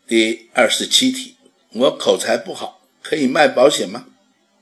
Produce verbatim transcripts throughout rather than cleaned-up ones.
第二十七题，我口才不好，可以卖保险吗？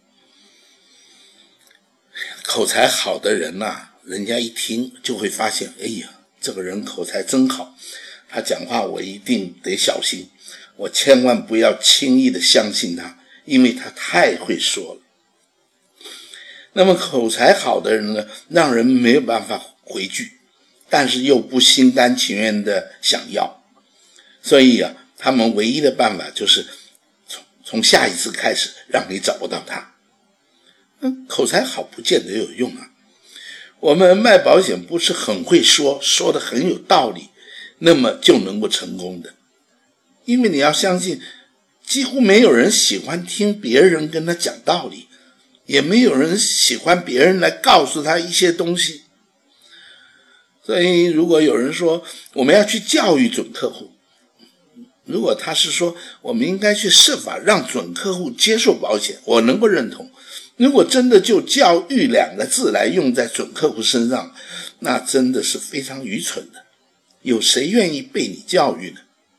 口才好的人啊，人家一听就会发现，哎呀，这个人口才真好，他讲话我一定得小心，我千万不要轻易的相信他，因为他太会说了。那么口才好的人呢，让人没有办法回拒，但是又不心甘情愿的想要，所以啊，他们唯一的办法就是从从下一次开始让你找不到他。嗯，口才好不见得有用啊。我们卖保险不是很会说，说得很有道理，那么就能够成功的。因为你要相信，几乎没有人喜欢听别人跟他讲道理，也没有人喜欢别人来告诉他一些东西。所以如果有人说我们要去教育准客户，如果他是说我们应该去设法让准客户接受保险，我能够认同。如果真的就教育两个字来用在准客户身上，那真的是非常愚蠢的，有谁愿意被你教育呢？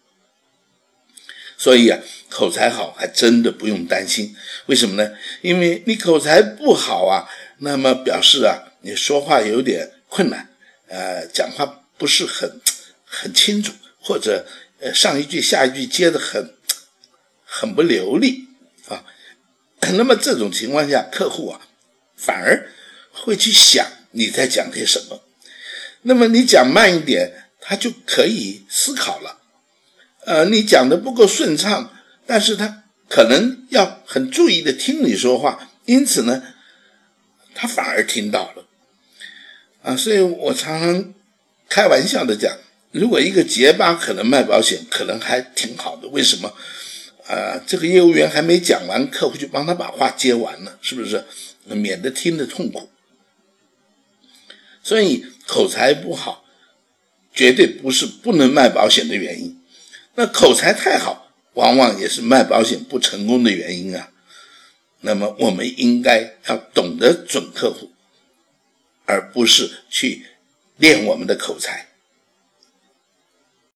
所以啊，口才好还真的不用担心。为什么呢？因为你口才不好啊，那么表示啊，你说话有点困难，呃，讲话不是很很清楚，或者呃上一句下一句接得很很不流利啊。那么这种情况下，客户啊反而会去想你在讲些什么。那么你讲慢一点，他就可以思考了。呃，你讲的不够顺畅，但是他可能要很注意的听你说话，因此呢，他反而听到了。啊，所以我常常开玩笑的讲，如果一个结巴可能卖保险，可能还挺好的。为什么？呃，这个业务员还没讲完，客户就帮他把话接完了，是不是？免得听得痛苦。所以口才不好，绝对不是不能卖保险的原因。那口才太好，往往也是卖保险不成功的原因啊。那么我们应该要懂得准客户，而不是去练我们的口才。